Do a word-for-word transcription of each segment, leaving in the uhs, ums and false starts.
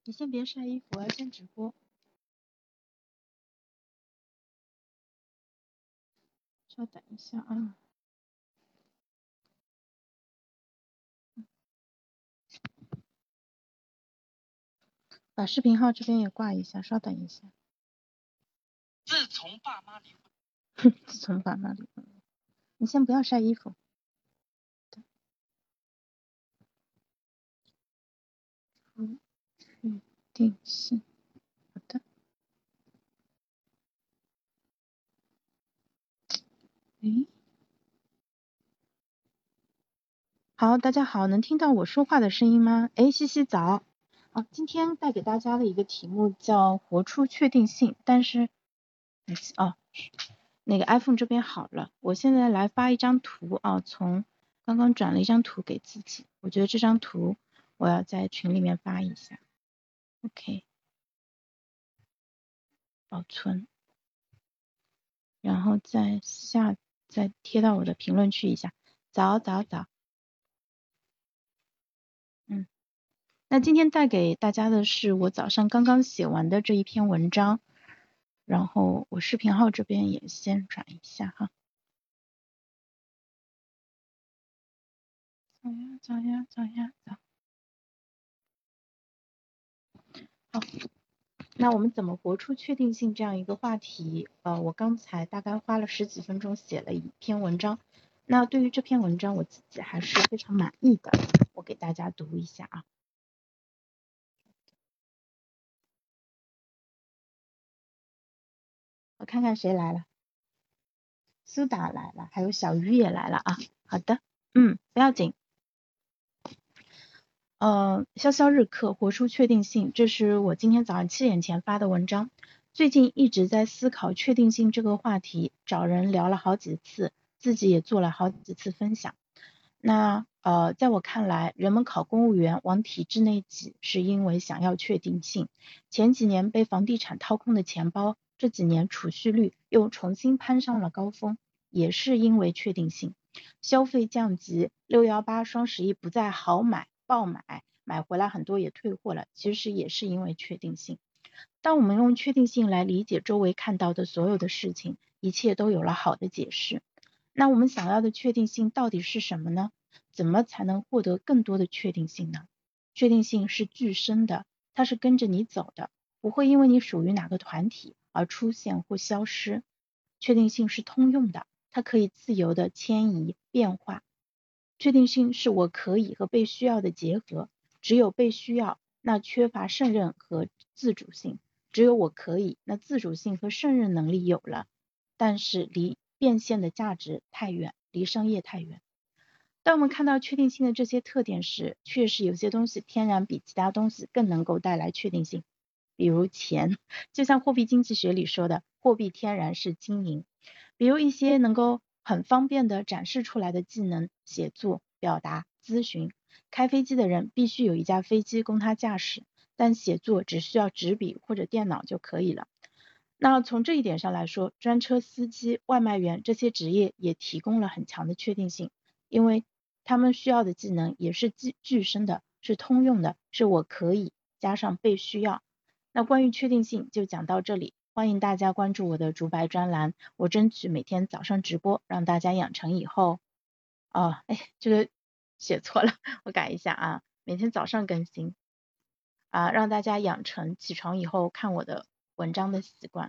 你先别晒衣服，我要先直播。稍等一下啊。把视频号这边也挂一下，稍等一下。 自从爸妈离婚， 自从爸妈离婚，你先不要晒衣服。不确定性，好的。诶，好，大家好，能听到我说话的声音吗？诶，西西早。啊，今天带给大家的一个题目叫活出确定性，但是，哦，那个 iPhone 这边好了，我现在来发一张图啊，从刚刚转了一张图给自己，我觉得这张图我要在群里面发一下。OK， 保存，然后再下再贴到我的评论区一下。早早早，嗯，那今天带给大家的是我早上刚刚写完的这一篇文章，然后我视频号这边也先转一下哈。早呀早呀早呀早。好。那我们怎么活出确定性这样一个话题，呃，我刚才大概花了十几分钟写了一篇文章，那对于这篇文章我自己还是非常满意的，我给大家读一下啊。我看看谁来了，苏打来了，还有小鱼也来了啊。好的，嗯，不要紧。呃，潇潇日课，活出确定性，这是我今天早上七点前发的文章。最近一直在思考确定性这个话题，找人聊了好几次，自己也做了好几次分享。那呃，在我看来，人们考公务员往体制内挤，是因为想要确定性。前几年被房地产掏空的钱包，这几年储蓄率又重新攀上了高峰，也是因为确定性。消费降级，六幺八、双十一不再好买。爆买，买回来很多也退货了，其实也是因为确定性。当我们用确定性来理解周围看到的所有的事情，一切都有了好的解释。那我们想要的确定性到底是什么呢？怎么才能获得更多的确定性呢？确定性是具身的，它是跟着你走的，不会因为你属于哪个团体而出现或消失。确定性是通用的，它可以自由的迁移变化。确定性是我可以和被需要的结合，只有被需要，那缺乏胜任和自主性；只有我可以，那自主性和胜任能力有了，但是离变现的价值太远，离商业太远。当我们看到确定性的这些特点时，确实有些东西天然比其他东西更能够带来确定性，比如钱，就像货币经济学里说的，货币天然是金银。比如一些能够很方便的展示出来的技能，写作、表达、咨询。开飞机的人必须有一架飞机供他驾驶，但写作只需要纸笔或者电脑就可以了。那从这一点上来说，专车司机、外卖员这些职业也提供了很强的确定性，因为他们需要的技能也是具具身的，是通用的，是我可以加上被需要。那关于确定性就讲到这里，欢迎大家关注我的竹白专栏，我争取每天早上直播，让大家养成以后，哦，哎，这个写错了，我改一下啊，每天早上更新啊，让大家养成起床以后看我的文章的习惯。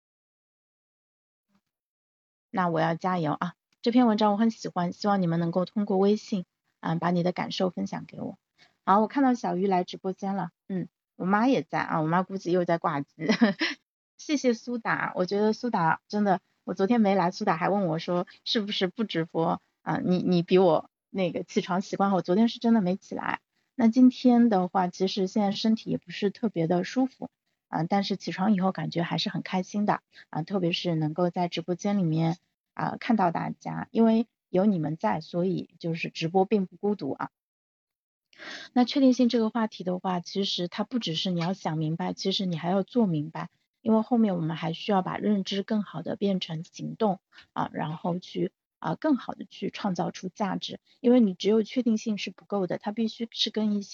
那我要加油啊！这篇文章我很喜欢，希望你们能够通过微信啊把你的感受分享给我。好，我看到小鱼来直播间了，嗯，我妈也在啊，我妈估计又在挂机。谢谢苏打，我觉得苏打真的，我昨天没来，苏打还问我说是不是不直播啊？你你比我那个起床习惯好，我昨天是真的没起来。那今天的话，其实现在身体也不是特别的舒服啊，但是起床以后感觉还是很开心的啊，特别是能够在直播间里面啊看到大家，因为有你们在，所以就是直播并不孤独啊。那确定性这个话题的话，其实它不只是你要想明白，其实你还要做明白，因为后面我们还需要把认知更好的变成行动啊，然后去啊更好的去创造出价值，因为你只有确定性是不够的，它必须是跟一些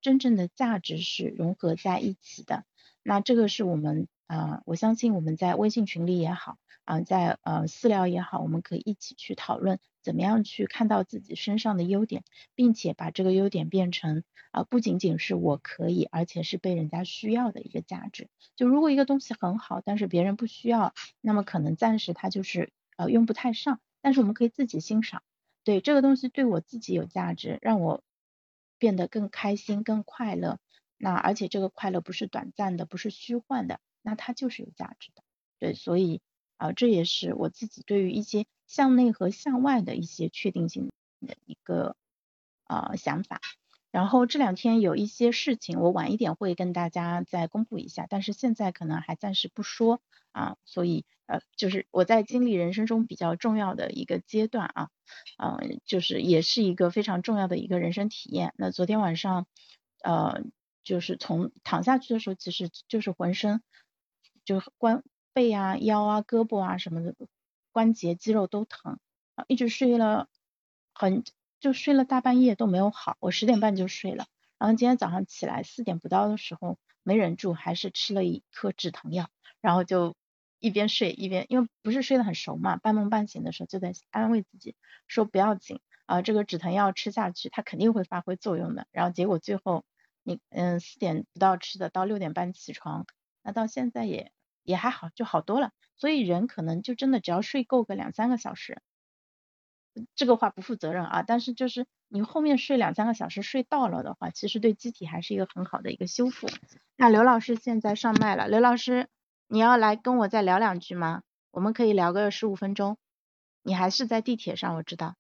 真正的价值是融合在一起的。那这个是我们呃，我相信我们在微信群里也好，啊、呃，在呃私聊也好，我们可以一起去讨论怎么样去看到自己身上的优点，并且把这个优点变成啊、呃、不仅仅是我可以，而且是被人家需要的一个价值。就如果一个东西很好，但是别人不需要，那么可能暂时它就是呃用不太上，但是我们可以自己欣赏。对，这个东西对我自己有价值，让我变得更开心、更快乐。那而且这个快乐不是短暂的，不是虚幻的，那它就是有价值的。对，所以啊、呃这也是我自己对于一些向内和向外的一些确定性的一个呃想法。然后这两天有一些事情，我晚一点会跟大家再公布一下，但是现在可能还暂时不说啊，所以呃，就是我在经历人生中比较重要的一个阶段啊，嗯、呃，就是也是一个非常重要的一个人生体验。那昨天晚上，呃，就是从躺下去的时候，其实就是浑身就是关背啊、腰啊、胳膊啊什么的关节肌肉都疼，啊，一直睡了很就睡了大半夜都没有好，我十点半就睡了，然后今天早上起来四点不到的时候没忍住，还是吃了一颗止疼药，然后就一边睡一边，因为不是睡得很熟嘛，半梦半醒的时候就在安慰自己说不要紧啊、呃这个止疼药吃下去它肯定会发挥作用的，然后结果最后你嗯四点不到吃的，到六点半起床，那到现在也也还好，就好多了。所以人可能就真的只要睡够个两三个小时，这个话不负责任啊，但是就是你后面睡两三个小时睡到了的话，其实对机体还是一个很好的一个修复。那刘老师现在上麦了，刘老师你要来跟我再聊两句吗？我们可以聊个十五分钟。你还是在地铁上，我知道，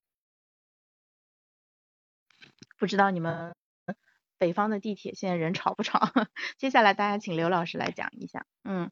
不知道你们北方的地铁现在人潮不潮？接下来大家请刘老师来讲一下。嗯，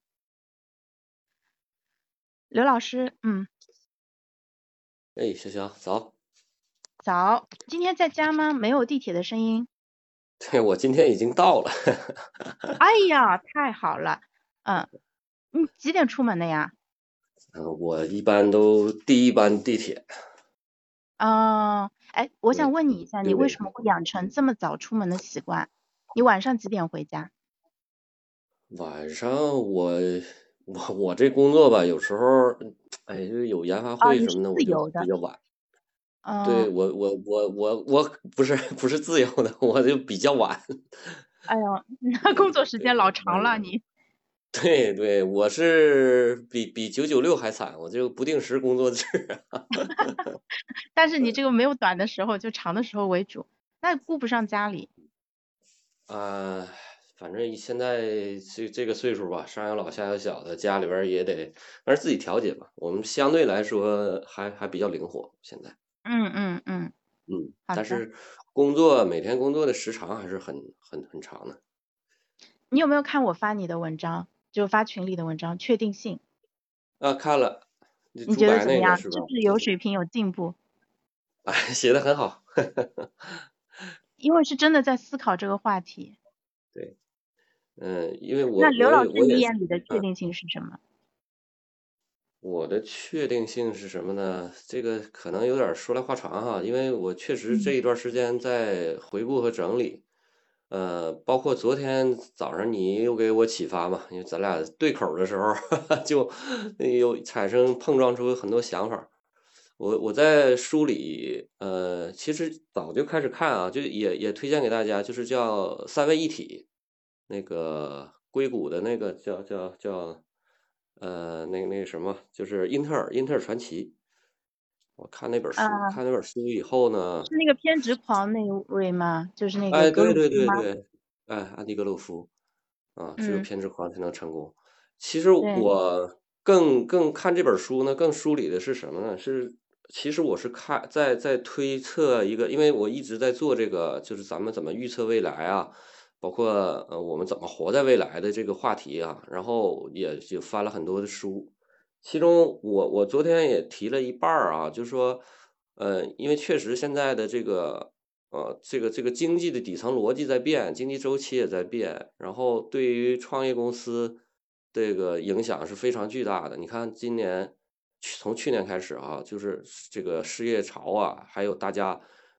刘老师，嗯， 哎，小小早。 早，今天在家吗？没有地铁的声音。 对，我今天已经到了。 哎呀，太好了。嗯，你几点出门的呀？ 嗯，我一般都第一班地铁。 哦，哎，我想对， 问你一下，你六点。 为什么会养成这么早出门的习惯？你晚上几点回家？ 晚上我我我这工作吧，有时候，哎，就是有研发哦，你是会什么的，我就自由的。 比较晚。 嗯， 对，我我我我我不是不是自由的，我就比较晚。 哎呦，那工对作时间老对， 长了你。 对对，我是比比九九六还惨，我这个不定时工作制。 但是你这个没有短的时候，就长的时候为主，那顾不上家里。 啊，反正现在这这个岁数吧，上有老下有小的，家里边儿也得，反正自己调节吧。我们相对来说还还比较灵活，现在。 嗯嗯嗯， 嗯， 好的。 但是工作每天工作的时长还是很很很长的。 你有没有看我发你的文章？就发群里的文章，确定性， 啊，看了，那你朱白觉得怎么样？ 那个是吧？ 是不是就是， 有水平有进步？ 哎，写的很好。 因为是真的在思考这个话题。 对，嗯，因为我那刘老师， 我也我也是。 你眼里的确嗯。 定性是什么？ 我的确定性是什么呢？这个可能有点儿说来话长哈，因为我确实这嗯一段时间在回顾和整理，呃，包括昨天早上你又给我启发嘛，因为咱俩对口儿的时候就有产生碰撞出很多想法儿。我我在书里，呃，其实早就开始看啊，就也也推荐给大家，就是叫三位一体，那个硅谷的那个叫叫叫，呃，那那个什么，就是英特尔英特尔传奇。我看那本书， 啊， 看那本书以后呢， 是那个偏执狂那位吗？就是那个哎， 格对对鲁夫吗？ 对对，哎，安迪格鲁夫。啊，只有嗯， 偏执狂才能成功。其实对， 我更更看这本书呢，更梳理的是什么呢？是其实我是看在在推测一个，因为我一直在做这个，就是咱们怎么预测未来啊，包括呃我们怎么活在未来的这个话题啊，然后也就翻了很多的书，其中我我昨天也提了一半儿啊，就是说，呃，因为确实现在的这个呃，这个这个经济的底层逻辑在变，经济周期也在变，然后对于创业公司这个影响是非常巨大的。你看今年去从去年开始啊，就是这个失业潮啊，还有大家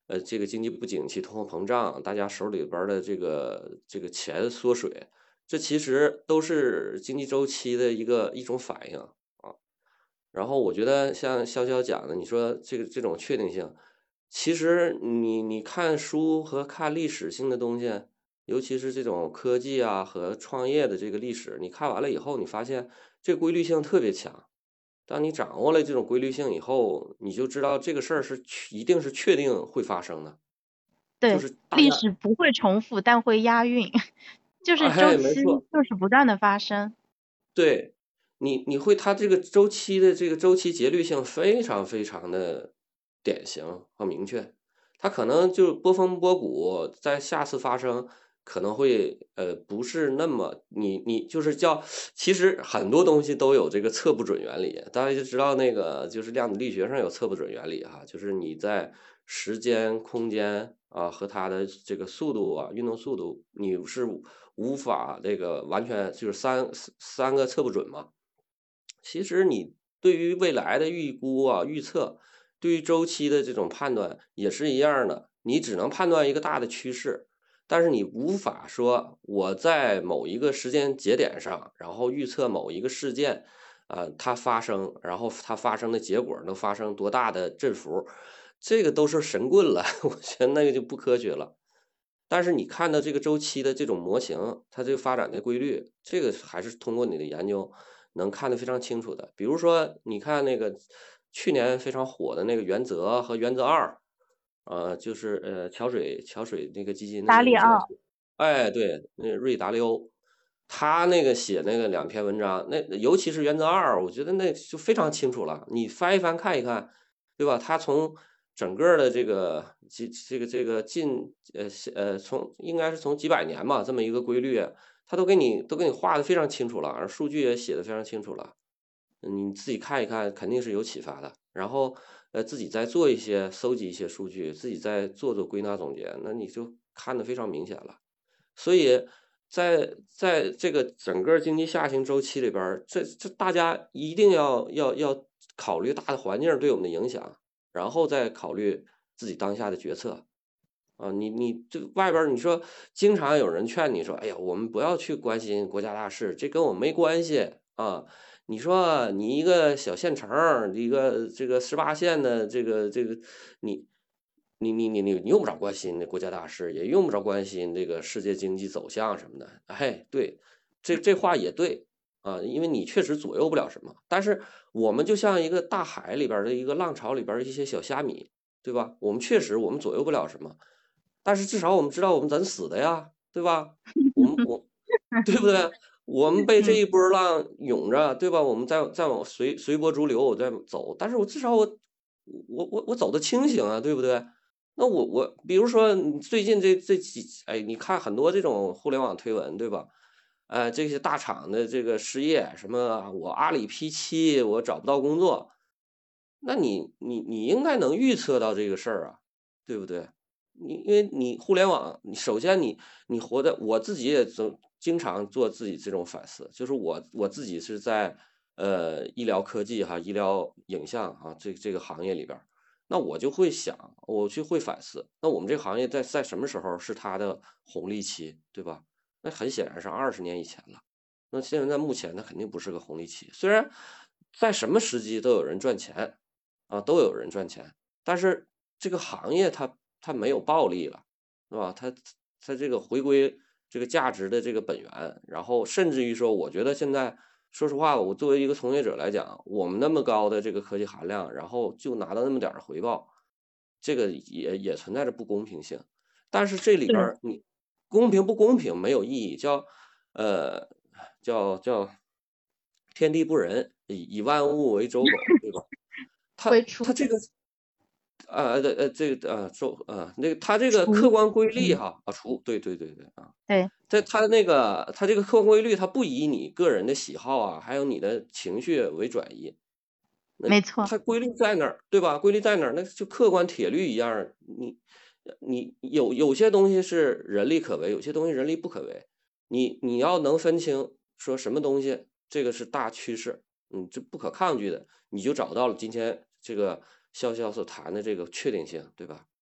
呃，这个经济不景气、通货膨胀，大家手里边的这个这个钱缩水，这其实都是经济周期的一个一种反应啊。然后我觉得像潇潇讲的，你说这个这种确定性，其实你你看书和看历史性的东西，尤其是这种科技啊和创业的这个历史，你看完了以后，你发现这规律性特别强。当你掌握了这种规律性以后，你就知道这个事儿是一定是确定会发生的，就对， 是大家， 历史不会重复，但会押韵，就是周哎，没期错， 就是不断的发生。 对，你你会它这个周期的这个周期节律性非常非常的典型和明确，它可能就波峰波谷，在下次发生可能会呃不是那么你你就是叫，其实很多东西都有这个测不准原理，大家就知道那个就是量子力学上有测不准原理哈，就是你在时间空间啊和它的这个速度啊运动速度，你是无法这个完全就是三三个测不准嘛。其实你对于未来的预估啊、预测，对于周期的这种判断也是一样的，你只能判断一个大的趋势，但是你无法说我在某一个时间节点上，然后预测某一个事件，啊、它发生，然后它发生的结果能发生多大的振幅，这个都是神棍了，我觉得那个就不科学了。但是你看到这个周期的这种模型，它这个发展的规律，这个还是通过你的研究能看得非常清楚的。比如说，你看那个去年非常火的那个原则和原则二，呃，就是呃桥水桥水那个基金的达里奥， 那个叫，哎，对，那瑞达利欧，他那个写那个两篇文章，那尤其是原则二，我觉得那就非常清楚了，你翻一翻看一看，对吧？他从整个的这个这这个这个近呃呃从应该是从几百年吧，这么一个规律，他都给你都给你画的非常清楚了，而数据也写的非常清楚了，你自己看一看，肯定是有启发的。然后呃自己再做一些搜集一些数据，自己再做做归纳总结，那你就看得非常明显了。所以在在这个整个经济下行周期里边儿，这这大家一定要要要考虑大的环境对我们的影响，然后再考虑自己当下的决策。啊，你你这外边儿你说经常有人劝你说，哎呀，我们不要去关心国家大事，这跟我们没关系啊。你说你一个小县城儿，一个这个十八线的这个这个，你你你你你你用不着关心那国家大事，也用不着关心这个世界经济走向什么的。哎，对，这这话也对啊，因为你确实左右不了什么。但是我们就像一个大海里边儿的一个浪潮里边儿一些小虾米，对吧？我们确实我们左右不了什么。但是至少我们知道我们怎死的呀，对吧？我们我对不对？我们被这嗯， 一波浪涌着，对吧？我们再再往随随波逐流，我再走，但是我至少我我我我走的清醒啊，对不对？那我我比如说你最近这这几哎，你看很多这种互联网推文，对吧？呃，这些大厂的这个失业，什么我阿里 P 七，我找不到工作，那你你你应该能预测到这个事儿啊，对不对？你因为你互联网，你首先你你活的，我自己也总经常做自己这种反思，就是我我自己是在呃医疗科技哈、医疗影像啊这这个行业里边儿，那我就会想，我就会反思，那我们这个行业在在什么时候是它的红利期，对吧？那很显然是二十年以前了。那现在目前它肯定不是个红利期，虽然在什么时机都有人赚钱，啊，都有人赚钱，但是这个行业它它没有暴利了，是吧？它它这个回归这个价值的这个本源，然后甚至于说，我觉得现在说实话，我作为一个从业者来讲，我们那么高的这个科技含量，然后就拿到那么点儿回报，这个也也存在着不公平性。但是这里边对， 儿你公平不公平没有意义，叫呃叫叫天地不仁，以以万物为刍狗，对吧？它会出它这个啊呃呃这个呃周啊那个它这个客出， 观规律嗯， 哈啊除对对对对啊， 对， 它它那个它这个客观规律，它不以你个人的喜好啊，还有你的情绪为转移，那没错， 它规律在哪儿，对吧？规律在哪儿？那就客观铁律一样儿你你有有些东西是人力可为，有些东西人力不可为。你你要能分清说什么东西这个是大趋势，嗯，这不可抗拒的，你就找到了今天这个潇潇所谈的这个确定性，对吧？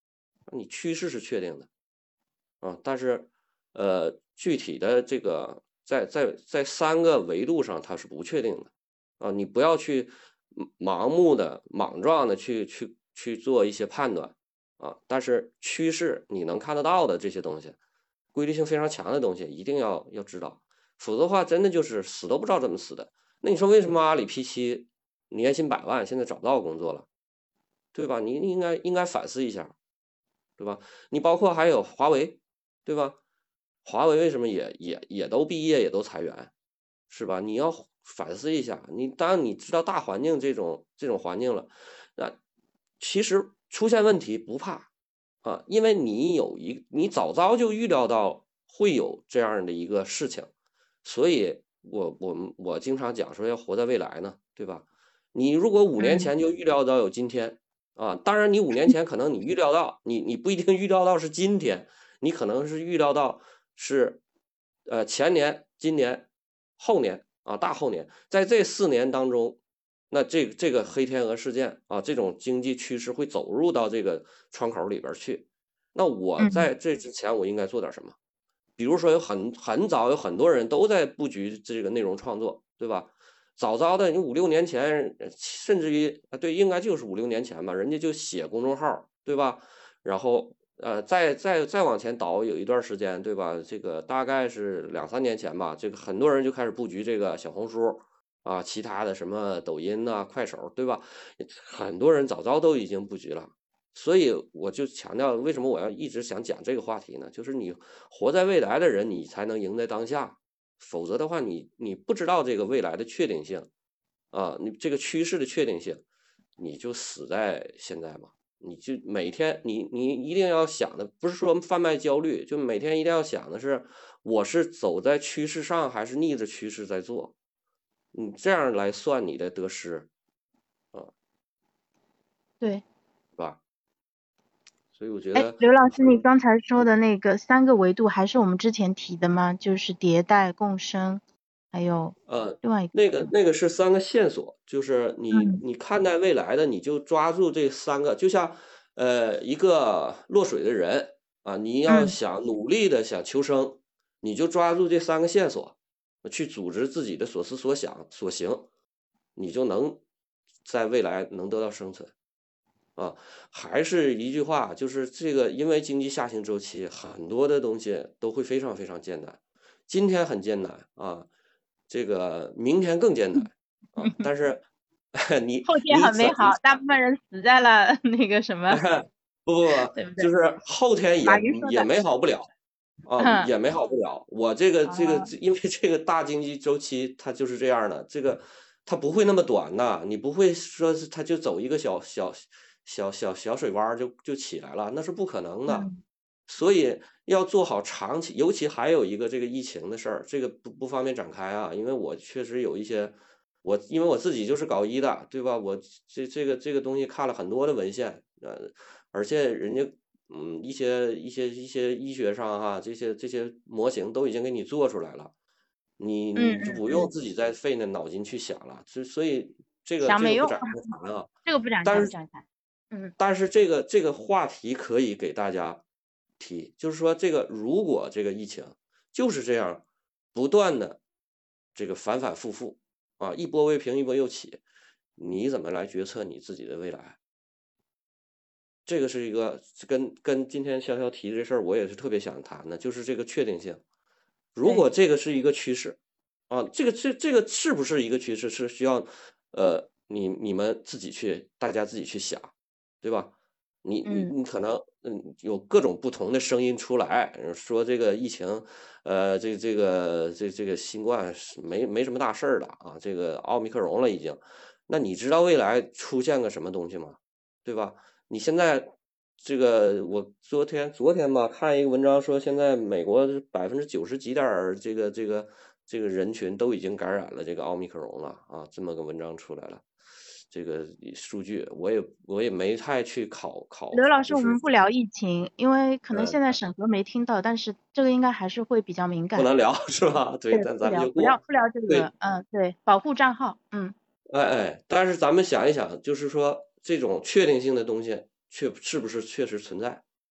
你趋势是确定的啊，但是呃具体的这个在在在三个维度上它是不确定的啊，你不要去盲目的莽撞的去去去做一些判断啊，但是趋势你能看得到的这些东西，规律性非常强的东西一定要要知道，否则的话真的就是死都不知道怎么死的。那你说为什么阿里 P 七年薪百万现在找不到工作了，对吧？你应该应该反思一下，对吧？你包括还有华为，对吧？华为为什么也也也都毕业也都裁员，是吧？你要反思一下。你当你知道大环境这种这种环境了，那其实出现问题不怕啊，因为你有一你早早就预料到会有这样的一个事情，所以我我们我经常讲说要活在未来呢，对吧？你如果五年嗯前就预料到有今天啊，当然你五年前可能你预料到，你你不一定预料到是今天，你可能是预料到是呃前年、今年、后年啊大后年，在这四年当中，那这这个黑天鹅事件啊，这种经济趋势会走入到这个窗口里边去。那我嗯在这之前我应该做点什么？比如说有很很早有很多人都在布局这个内容创作，对吧？早早的你五六年前，甚至于啊对，应该就是五六年前吧，人家就写公众号，对吧？然后呃再再再往前倒有一段时间，对吧？这个大概是两三年前吧，这个很多人就开始布局这个小红书啊，其他的什么抖音呐、快手，对吧？很多人早早都已经布局了。所以我就强调，为什么我要一直想讲这个话题呢？就是你活在未来的人，你才能赢在当下，否则的话你，你不知道这个未来的确定性啊，你这个趋势的确定性，你就死在现在吧。你就每天你你一定要想的，不是说贩卖焦虑，就每天一定要想的是，我是走在趋势上，还是逆着趋势在做？你这样来算你的得失啊， 对。 是吧？所以我觉哎， 得。 刘老师，你刚才说的那个三个维度还是我们之前提的吗？就是迭代、共生，还有呃， 另外一个那个那个是三个线索，就是你嗯你看待未来的，你就抓住这三个，就像呃一个落水的人啊，你要嗯想努力的想求生，你就抓住这三个线索，去组织自己的所思所想所行，你就能在未来能得到生存啊。还是一句话，就是这个，因为经济下行周期，很多的东西都会非常非常艰难，今天很艰难啊。这个明天更艰难啊！但是你后天你很美好， 怎么大部分人死在了那个什么， 不不不， 对不对？ 就是后天马也也云说的， 美好不了啊， 嗯， 也美好不了。我这个这个， 啊， 因为这个大经济周期它就是这样的，这个它不会那么短的，你不会说是它就走一个小小小小小水洼就就起来了，那是不可能的。 嗯所以要做好长期，尤其还有一个这个疫情的事儿，这个不不方便展开啊，因为我确实有一些，我因为我自己就是搞医的，对吧？我这这个这个东西看了很多的文献，呃，而且人家嗯一些一些一些医学上哈，这些这些模型都已经给你做出来了，你嗯你就嗯嗯， 不用自己再费那脑筋去想了，所所以这个想没用， 这个不展开谈啊， 这个不展开但是不展开，嗯但是这个这个话题可以给大家提，就是说这个如果这个疫情就是这样不断的这个反反复复啊，一波未平一波又起，你怎么来决策你自己的未来？这个是一个跟跟今天潇潇提这事儿，我也是特别想谈的，就是这个确定性。如对， 果这个是一个趋势啊，这个这这个是不是一个趋势，是需要呃你你们自己去大家自己去想，对吧？你你嗯你可能嗯有各种不同的声音出来，说这个疫情，呃，这这个这这个新冠是没没什么大事儿的啊，这个奥密克戎了已经。那你知道未来出现个什么东西吗？对吧？你现在这个，我昨天昨天吧看一个文章说，现在美国百分之九十几点儿这个这个这个人群都已经感染了这个奥密克戎了啊，这么个文章出来了。这个数据我也我也没太去考考， 刘老师，我就是们不聊疫情，因为可能呃现在审核没听到，但是这个应该还是会比较敏感。 不能聊是吧？对， 对， 但不聊， 咱们就过。 不聊，不聊这对， 个，嗯，对，保护账号，嗯哎哎，但是咱们想一想，就是说这种确定性的东西确是不是确实存在？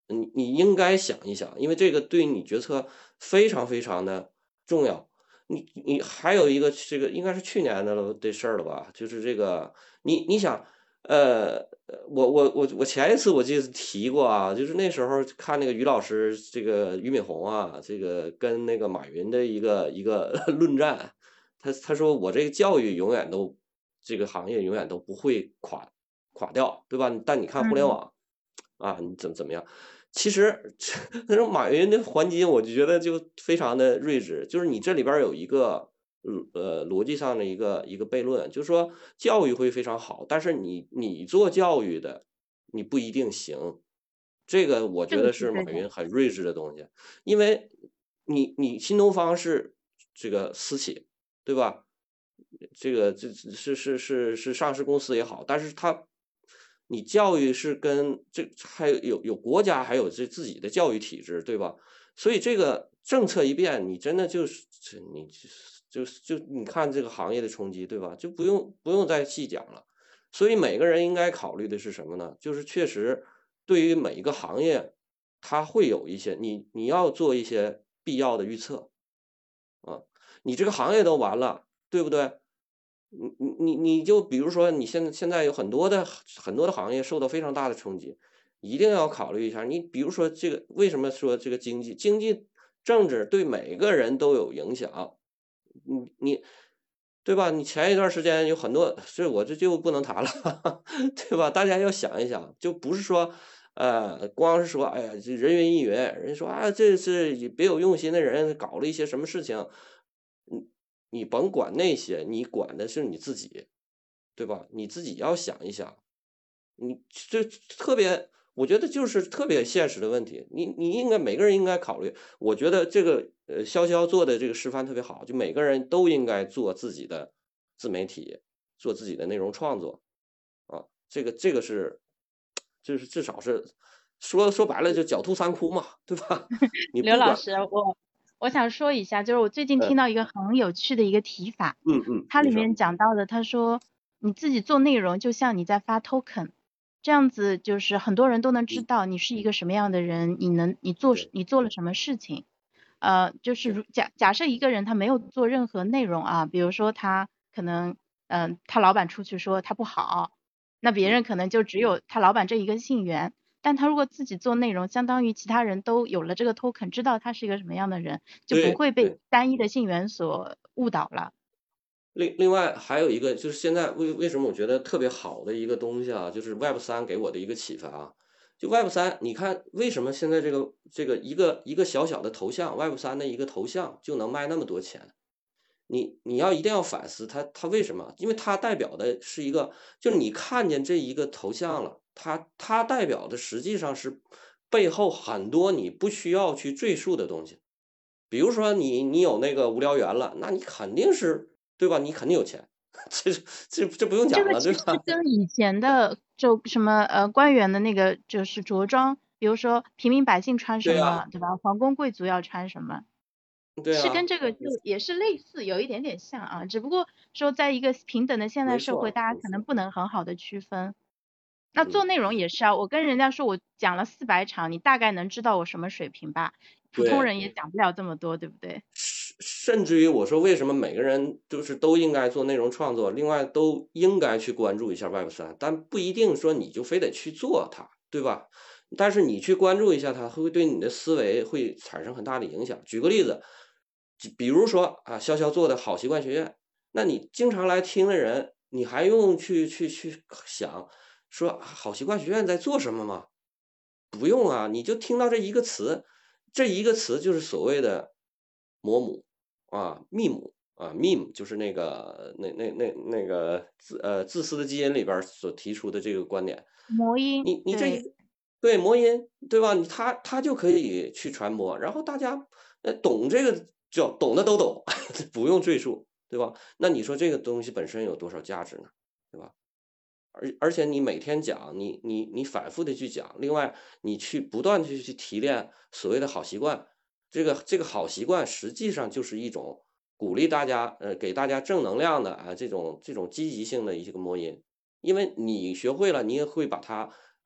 你你应该想一想，因为这个对你决策非常非常的重要。你你还有一个这个应该是去年的了的事儿了吧？就是这个你你想，呃，我我我我前一次我记得提过啊，就是那时候看那个于老师这个俞敏洪啊，这个跟那个马云的一个一个论战，他他说我这个教育永远都这个行业永远都不会垮垮掉，对吧？但你看互联嗯， 网啊，你怎么怎么样？其实那种马云的还击，我就觉得就非常的睿智，就是你这里边儿有一个，嗯呃，逻辑上的一个一个悖论，就是说教育会非常好，但是你你做教育的，你不一定行。这个我这个觉得是对的。 是马云很睿智的东西，因为你你新东方是这个私企，对吧？这个这是是是是上市公司也好，但是它你教育是跟这还有有国家还有这自己的教育体制，对吧？所以这个政策一变，你真的就是这你就就就你看这个行业的冲击，对吧？就不用不用再细讲了。所以每个人应该考虑的是什么呢？就是确实对于每一个行业，它会有一些你你要做一些必要的预测啊。你这个行业都完了，对不对？你你你你就比如说，你现在现在有很多的很多的行业受到非常大的冲击，一定要考虑一下。你比如说这个，为什么说这个经济、经济、政治对每个人都有影响？你你对吧？你前一段时间有很多，所以我这就不能谈了，对吧？大家要想一想，就不是说，呃，光是说，哎呀，这人云亦云，人家说啊，这是别有用心的人搞了一些什么事情，你你甭管那些，你管的是你自己，对吧？你自己要想一想，你这特别，我觉得就是特别现实的问题。你你应该每个人应该考虑，我觉得这个呃潇潇做的这个示范特别好，就每个人都应该做自己的自媒体，做自己的内容创作啊，这个这个是，就是至少是说说白了就狡兔三窟嘛，对吧？你不管， 刘老师，我我想说一下，就是我最近嗯听到一个很有趣的一个提法， 嗯嗯，你说， 它里面讲到的，他说你自己做内容就像你在发 token，这样子就是很多人都能知嗯， 道你是一个什么样的人，你能你做对你做了什么事情。呃，就是对如假假设一个人他没有做任何内容啊，比如说他可能嗯、呃他老板出去说他不好，那别嗯人可能就只有他老板这一个信源。但他如果自己做内容，相当于其他人都有了这个 token，知道他是一个什么样的人，就不会被对对。 单一的信源所误导了。 另另外还有一个就是现在为为什么我觉得特别好的一个东西啊，就是 Web 三给我的一个启发啊。就 Web 三，你看为什么现在这个这个一个一个小小的头像，Web 三的一个头像就能卖那么多钱？你你要一定要反思它它为什么？因为它代表的是一个，就是你看见这一个头像了，它它代表的实际上是背后很多你不需要去赘述的东西。比如说你你有那个无聊猿了，那你肯定是对吧？你肯定有钱，这这这不用讲了， 这个其对吧？ 实跟以前的就什么呃官员的那个就是着装，比如说平民百姓穿什对呀， 么，对吧？皇宫贵族要穿什么，是跟对呀， 这个就也是类似，有一点点像啊，只不过说在一个平等的现代社会， 没错儿， 大家没错儿， 可能不能很好的区分。那做嗯， 内容也是啊，我跟人家说我讲了四百场，你大概能知道我什么水平吧？普通对。 人也讲不了这么多，对不对？ 甚甚至于我说为什么每个人就是都应该做内容创作，另外都应该去关注一下 Web 三，但不一定说你就非得去做它，对吧？但是你去关注一下它，会对你的思维会产生很大的影响。举个例子，就比如说啊，潇潇做的好习惯学院，那你经常来听的人，你还用去去去想说啊好习惯学院在做什么吗？不用啊，你就听到这一个词，这一个词就是所谓的魔母啊，密母啊，meme 就是那个那那那那个自呃自私的基因里边儿所提出的这个观点。 魔音， 你你这对。 一对魔音对吧？你他他就可以去传播，然后大家呃懂这个就懂的都懂，不用赘述，对吧？那你说这个东西本身有多少价值呢？对吧？而而且你每天讲，你你你反复的去讲，另外你去不断的去提炼所谓的好习惯，这个这个好习惯实际上就是一种鼓励大家，呃，给大家正能量的啊，这种这种积极性的一个模音。因为你学会了，你也会把它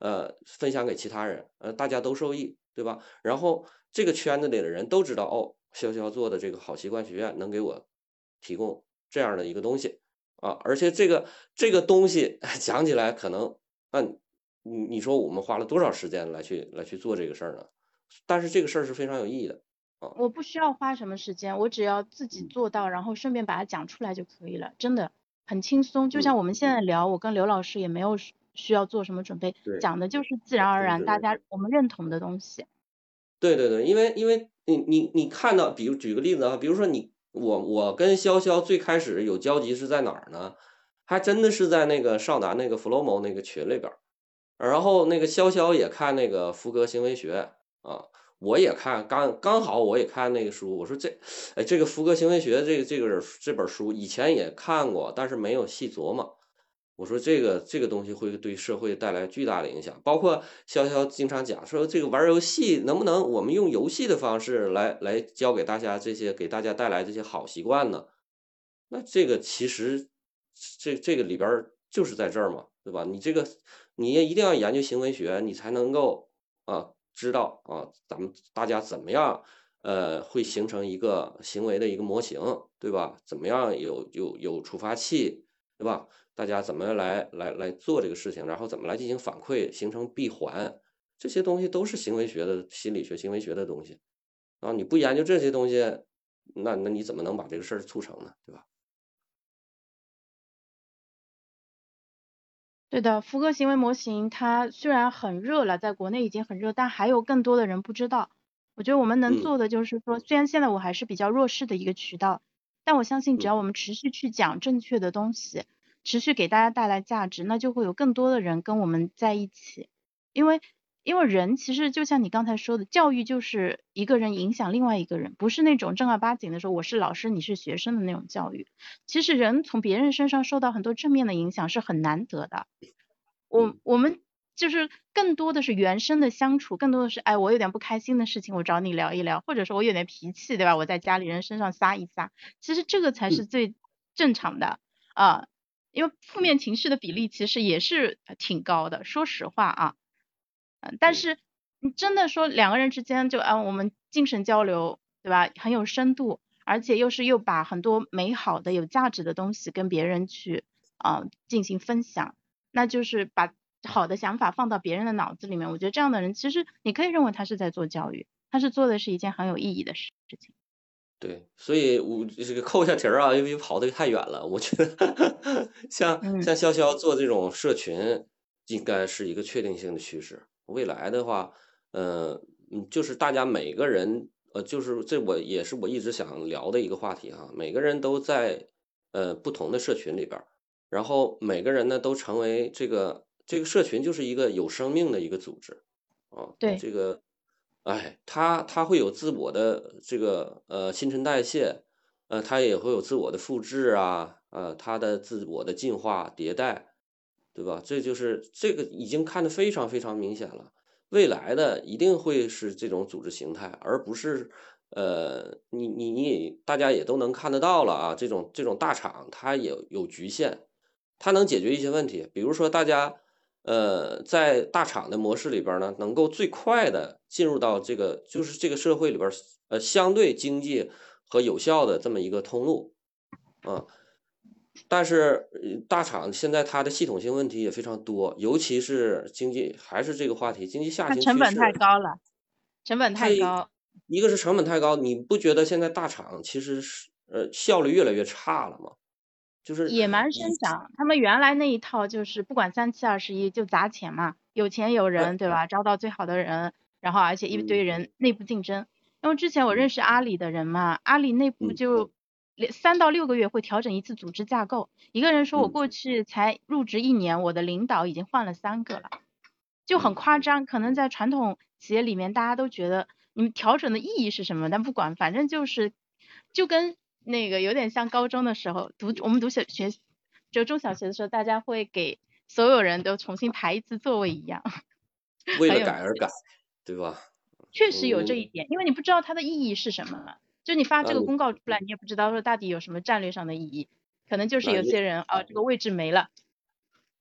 呃分享给其他人，呃大家都受益，对吧？然后这个圈子里的人都知道，哦，潇潇做的这个好习惯学院能给我提供这样的一个东西啊，而且这个这个东西讲起来可能，嗯，你你说我们花了多少时间来去来去做这个事儿呢？但是这个事儿是非常有意义的啊。 我不需要花什么时间，我只要自己嗯做到，然后顺便把它讲出来就可以了，真的很轻松。就像嗯， 我们现在聊，我跟刘老师也没有需需要做什么准备， 对讲的就是自然而然，大对对对。 家我们认同的东西。 对对对，因为因为你你你看到，比如举个例子啊，比如说你我我跟潇潇最开始有交集是在哪儿呢？还真的是在那个少男那个 Flomo 那个群里边儿，然后那个潇潇也看那个福格行为学啊，我也看，刚刚好我也看那个书，我说这，哎，这个福格行为学这个这个这本书以前也看过，但是没有细琢磨。我说这个这个东西会对社会带来巨大的影响，包括潇潇经常讲说这个玩儿游戏能不能我们用游戏的方式来来教给大家这些给大家带来这些好习惯呢？那这个其实这这个里边儿就是在这儿嘛，对吧？你这个你也一定要研究行为学，你才能够啊知道啊咱们大家怎么样呃会形成一个行为的一个模型，对吧？怎么样有有有触发器，对吧？大家怎么来来来做这个事情，然后怎么来进行反馈，形成闭环，这些东西都是行为学的心理学、行为学的东西。啊，你不研究这些东西，那那你怎么能把这个事儿促成呢？对吧？ 对的，福格行为模型它虽然很热了，在国内已经很热，但还有更多的人不知道。我觉得我们能嗯做的就是说，虽然现在我还是比较弱势的一个渠道，但我相信只嗯要我们持续去讲正确的东西，持续给大家带来价值，那就会有更多的人跟我们在一起。因为因为人其实就像你刚才说的，教育就是一个人影响另外一个人，不是那种正儿八经的说我是老师你是学生的那种教育。其实人从别人身上受到很多正面的影响是很难得的。我嗯我们就是更多的是原生的相处，更多的是，哎，我有点不开心的事情，我找你聊一聊，或者说我有点脾气，对吧？我在家里人身上撒一撒，其实这个才是嗯最正常的啊，因为负面情绪的比例其实也是呃挺高的，说实话啊，嗯，但嗯是你真的说两个人之间就啊，我们精神交流，对吧？很有深度，而且又是又把很多美好的、有价值的东西跟别人去啊、进行分享。那就是把好的想法放到别人的脑子里面。我觉得这样的人，其实你可以认为他是在做教育，他是做的是一件很有意义的事事情。 对，所以我这个扣一下题儿啊，因为跑得太远了。我觉得像嗯， 像潇潇做这种社群，应该是一个确定性的趋势。未来的话，呃，嗯，就是大家每个人，呃，就是这我也是我一直想聊的一个话题哈。每个人都在呃不同的社群里边儿，然后每个人呢都成为这个这个社群就是一个有生命的一个组织啊， 对， 这个。哎，他他会有自我的这个呃新陈代谢，呃，他也会有自我的复制啊，呃，他的自我的进化迭代，对吧？这就是这个已经看得非常非常明显了。未来的一定会是这种组织形态，而不是呃，你你你也大家也都能看得到了啊，这种这种大厂它也有局限，它能解决一些问题，比如说大家。呃，在大厂的模式里边儿呢，能够最快的进入到这个就是这个社会里边儿，呃，相对经济和有效的这么一个通路，啊。但是，呃大厂现在它的系统性问题也非常多，尤其是经济还是这个话题，经济下它行成本太趋势， 高了，成本它一太高。 一个是成本太高，你不觉得现在大厂其实是呃效率越来越差了吗？就是野蛮以生长，他们原来那一套就是不管三七二十一就砸钱嘛，有钱有哎， 人，对吧？招到最好的人，然后而且一堆嗯人内部竞争。因为之前我认嗯识阿里的人嘛，阿里内部嗯就连三到六个月会调整一次组织架构。一个人说我嗯过去才入职一年，我的领导已经换了三个了，就很嗯嗯夸张。可能在传统企业里面，大家都觉得你们调整的意义是什么？但不管，反正就是就跟那个有点像高中的时候读我们读小学，就中小学的时候，大家会给所有人都重新排一次座位一样， 为了很有改而改，对吧？ 确实有这嗯一点，因为你不知道它的意义是什么嘛。就你发啊， 这个你公告出来，你也不知道说到底有什么战略上的意义，可能就是有那也些人啊这个位置没了，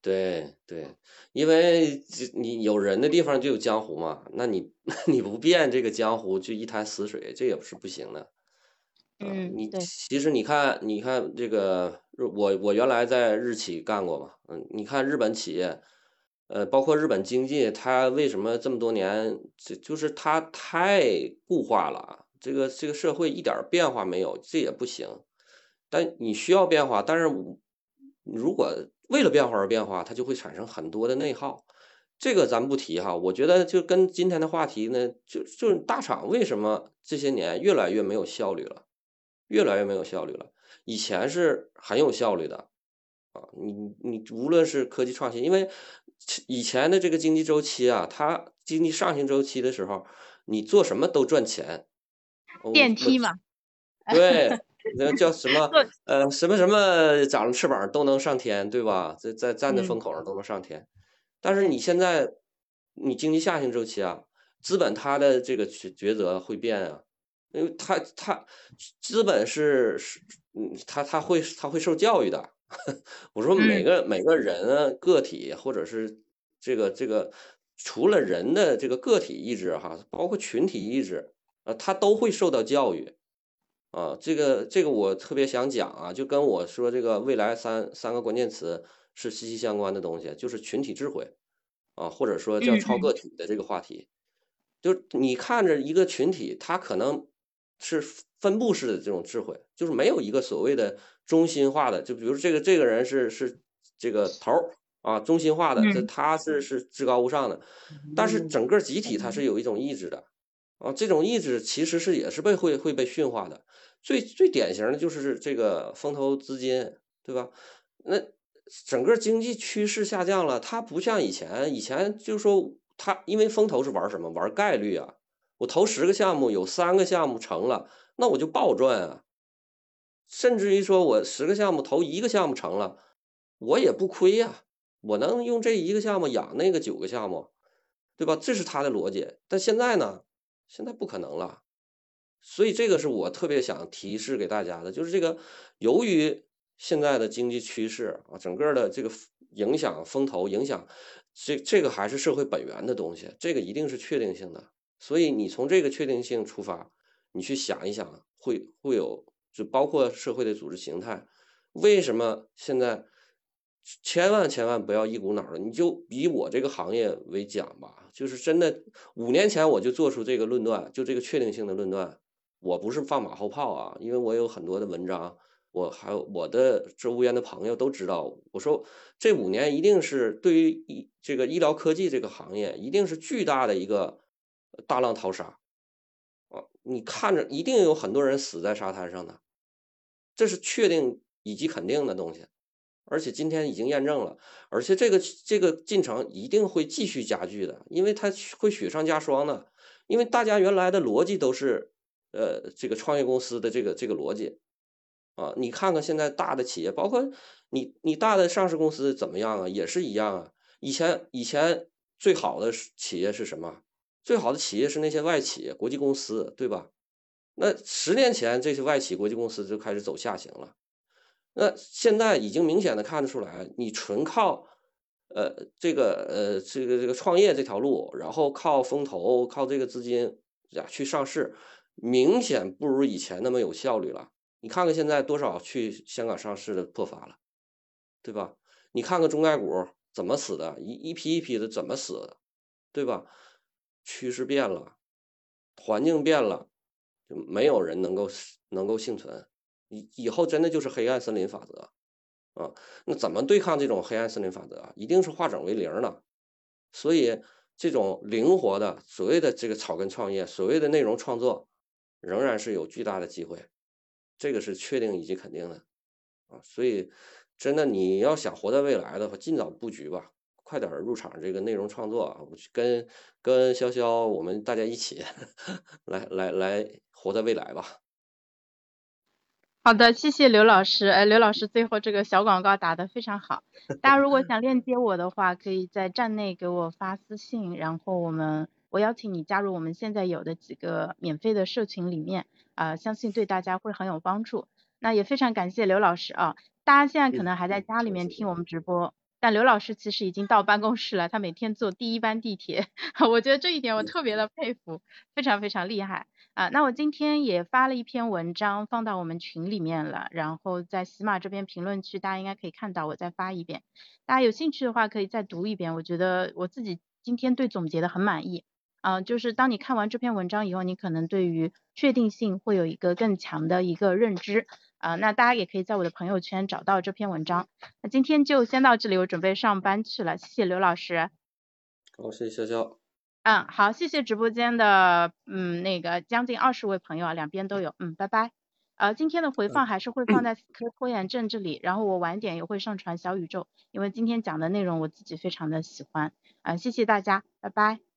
对对，因为这你有人的地方就有江湖嘛，那你你不变这个江湖就一潭死水，这也是不行的。啊， 嗯， 你对， 其实你看，你看这个日我我原来在日企干过嘛，嗯，你看日本企业，呃，包括日本经济，它为什么这么多年，这就是它太固化了啊，这个这个社会一点儿变化没有，这也不行。但你需要变化，但是我如果为了变化而变化，它就会产生很多的内耗。这个咱不提哈，我觉得就跟今天的话题呢，就就是大厂为什么这些年越来越没有效率了。越来越没有效率了。以前是很有效率的啊，你你无论是科技创新，因为以前的这个经济周期啊，它经济上行周期的时候，你做什么都赚钱。我我电梯嘛， 对，那叫什么对， 呃什么什么长了翅膀都能上天，对吧？在在站在风嗯， 口上都能上天。但是你对， 现在你经济下行周期啊，资本它的这个抉抉择会变啊，因为它它资本是是嗯，他他会他会受教育的。我说每嗯个每个人啊，个体或者是这个这个除了人的这个个体意志哈，包括群体意志啊，他都会受到教育。啊，这个这个我特别想讲啊，就跟我说这个未来三三个关键词是息息相关的东西，就是群体智慧啊，或者说叫超嗯嗯个体的这个话题。就你看着一个群体，它可能是分布式的这种智慧，就是没有一个所谓的中心化的，就比如这个这个人是是这个头儿啊，中心化的，这嗯他是是至高无上的，但是整个集体它是有一种意志的。啊，这种意志其实是也是被会会被驯化的。最最典型的就是这个风投资金，对吧？那整个经济趋势下降了，它不像以前，以前就是说它因为风投是玩什么？玩概率啊。我投十个项目，有三个项目成了，那我就暴赚啊。甚至于说我十个项目投一个项目成了，我也不亏呀。我能用这一个项目养那个九个项目，对吧？这是他的逻辑。但现在呢，现在不可能了。所以这个是我特别想提示给大家的，就是这个由于现在的经济趋势啊，整个的这个影响风投，影响这这个还是社会本源的东西，这个一定是确定性的。所以你从这个确定性出发，你去想一想，会会有就包括社会的组织形态，为什么现在千万千万不要一股脑的，你就以我这个行业为讲吧，就是真的五年前我就做出这个论断，就这个确定性的论断。我不是放马后炮啊，因为我有很多的文章，我还有我的周边的朋友都知道，我说这五年一定是对于医这个医疗科技这个行业，一定是巨大的一个大浪淘沙啊！你看着一定有很多人死在沙滩上的，这是确定以及肯定的东西，而且今天已经验证了，而且这个这个进程一定会继续加剧的，因为它会雪上加霜的，因为大家原来的逻辑都是，呃，这个创业公司的这个这个逻辑啊，你看看现在大的企业，包括你你大的上市公司怎么样啊，也是一样啊。以前以前最好的企业是什么？最好的企业是那些外企、国际公司，对吧？那十年前这些外企、国际公司就开始走下行了。那现在已经明显的看得出来，你纯靠，呃，这个呃，这个这个创业这条路，然后靠风投、靠这个资金呀去上市，明显不如以前那么有效率了。你看看现在多少去香港上市的破发了，对吧？你看看中概股怎么死的，一一批一批的怎么死的，对吧？趋势变了，环境变了，就没有人能够能够幸存。以以后真的就是黑暗森林法则啊！那怎么对抗这种黑暗森林法则啊？一定是化整为零的。所以这种灵活的所谓的这个草根创业，所谓的内容创作，仍然是有巨大的机会，这个是确定以及肯定的啊！所以真的你要想活在未来的话，尽早布局吧，快点入场这个内容创作啊！我去跟跟潇潇我们大家一起来来来活在未来吧。 好的，谢谢刘老师。哎，刘老师最后这个小广告打得非常好。大家如果想链接我的话，可以在站内给我发私信，然后我们我邀请你加入我们现在有的几个免费的社群里面，啊、相信对大家会很有帮助。那也非常感谢刘老师啊，大家现在可嗯能还在嗯， 家里谢谢。 面听我们直播， 但刘老师其实已经到办公室了，他每天坐第一班地铁，我觉得这一点我特别的佩服，非常非常厉害啊。那我今天也发了一篇文章放到我们群里面了，然后在喜马这边评论区大家应该可以看到，我再发一遍，大家有兴趣的话可以再读一遍，我觉得我自己今天对总结的很满意。嗯、呃，就是当你看完这篇文章以后，你可能对于确定性会有一个更强的一个认知啊、呃。那大家也可以在我的朋友圈找到这篇文章。那今天就先到这里，我准备上班去了，谢谢刘老师。 好，谢谢潇潇。 嗯，好，谢谢直播间的嗯那个将近二十位朋友啊，两边都有，嗯，拜拜。呃，今天的回放还是会放在死磕拖延症这里，然后我晚点也会上传小宇宙，因为今天讲的内容我自己非常的喜欢啊、呃，谢谢大家，拜拜。